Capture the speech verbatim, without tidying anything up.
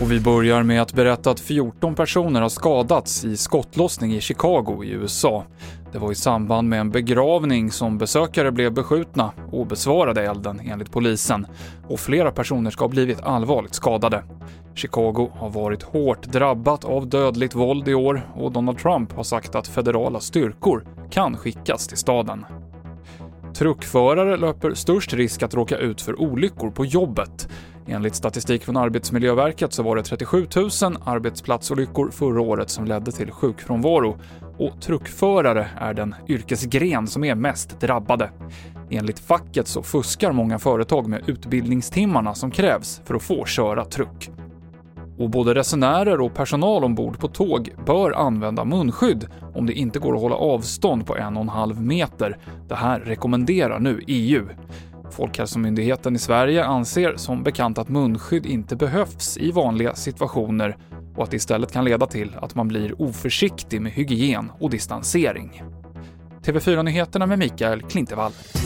Och vi börjar med att berätta att fjorton personer har skadats i skottlossning i Chicago i U S A. Det var i samband med en begravning som besökare blev beskjutna och besvarade elden enligt polisen. Och flera personer ska ha blivit allvarligt skadade. Chicago har varit hårt drabbat av dödligt våld i år och Donald Trump har sagt att federala styrkor kan skickas till staden. Truckförare löper störst risk att råka ut för olyckor på jobbet. Enligt statistik från Arbetsmiljöverket så var det trettiosju tusen arbetsplatsolyckor förra året som ledde till sjukfrånvaro. Och truckförare är den yrkesgren som är mest drabbade. Enligt facket så fuskar många företag med utbildningstimmarna som krävs för att få köra truck. Och både resenärer och personal ombord på tåg bör använda munskydd om det inte går att hålla avstånd på en och en halv meter. Det här rekommenderar nu E U. Folkhälsomyndigheten i Sverige anser som bekant att munskydd inte behövs i vanliga situationer och att det istället kan leda till att man blir oförsiktig med hygien och distansering. T V fyra-nyheterna med Mikael Klintevall.